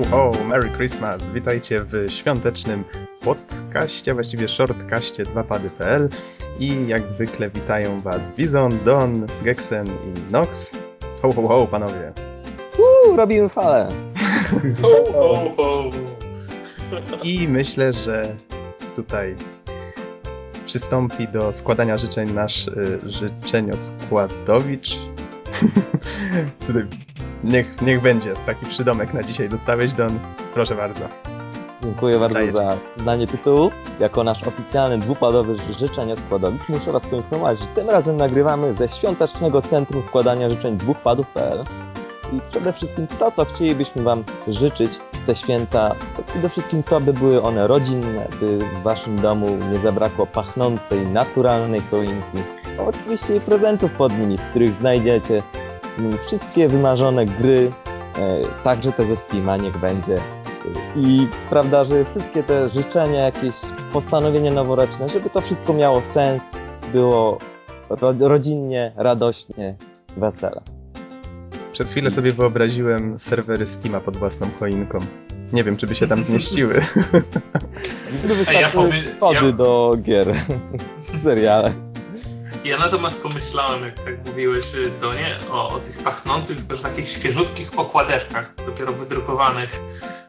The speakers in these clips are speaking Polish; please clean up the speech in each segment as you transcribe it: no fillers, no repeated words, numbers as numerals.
ho, Merry Christmas! Witajcie w świątecznym podcaście, właściwie shortcaście 2pady.pl i jak zwykle witają was Bizon, Don, Geksen i Nox. Ho, ho, ho, panowie! Robimy falę! Ho, ho, ho! I myślę, że tutaj przystąpi do składania życzeń nasz życzenioskładowicz. Tutaj niech będzie taki przydomek na dzisiaj dostałeś, Don. Proszę bardzo. Dziękuję bardzo Daję za znanie tytułu. Jako nasz oficjalny dwupadowy życzenioskładowicz muszę was poinformować, że tym razem nagrywamy ze Świątecznego Centrum Składania Życzeń dwupadów.pl. I przede wszystkim to, co chcielibyśmy wam życzyć te święta, to przede wszystkim to, by były one rodzinne, by w waszym domu nie zabrakło pachnącej, naturalnej choinki. A oczywiście i prezentów pod nimi, w których znajdziecie wszystkie wymarzone gry, także te ze Steama niech będzie. I prawda, że wszystkie te życzenia, jakieś postanowienia noworoczne, żeby to wszystko miało sens, było rodzinnie, radośnie, wesele. Przez chwilę sobie wyobraziłem serwery Steama pod własną choinką. Nie wiem, czy by się tam zmieściły. Wystarczyły kody do gier, seriale. Ja natomiast pomyślałem, jak tak mówiłeś, Donie, o tych pachnących, też takich świeżutkich okładeczkach, dopiero wydrukowanych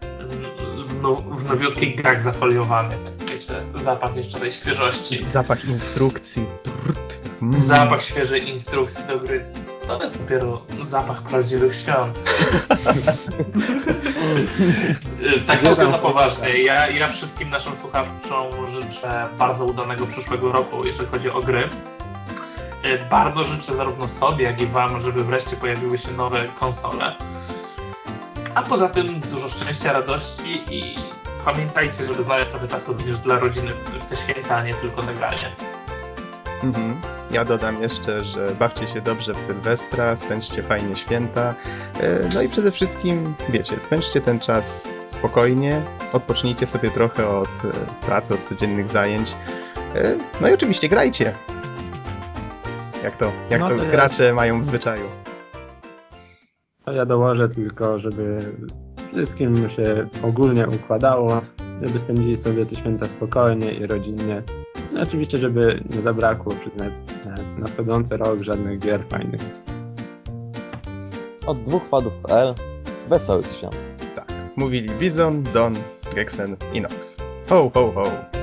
w nowiutkiej grach zafoliowanych. Wiecie, zapach jeszcze tej świeżości. Zapach instrukcji. Zapach świeżej instrukcji do gry. To jest dopiero zapach prawdziwych świąt. Tak całkiem na poważnie. Ja wszystkim naszym słuchaczom życzę bardzo udanego przyszłego roku, jeżeli chodzi o gry. Bardzo życzę zarówno sobie, jak i wam, żeby wreszcie pojawiły się nowe konsole. A poza tym dużo szczęścia, radości i pamiętajcie, żeby znaleźć trochę czasu również dla rodziny w te święta, a nie tylko na granie. Ja dodam jeszcze, że bawcie się dobrze w Sylwestra, spędźcie fajnie święta, no i przede wszystkim, wiecie, spędźcie ten czas spokojnie, odpocznijcie sobie trochę od pracy, od codziennych zajęć, no i oczywiście grajcie, jak to gracze mają w zwyczaju. To ja dołożę tylko, żeby wszystkim się ogólnie układało, żeby spędzili sobie te święta spokojnie i rodzinnie. No oczywiście, żeby nie zabrakło przez nadchodzący rok żadnych gier fajnych. Od dwupadów.pl wesołych świąt. Tak, mówili Bizon, Don, Geksen i Nox. Ho, ho, ho!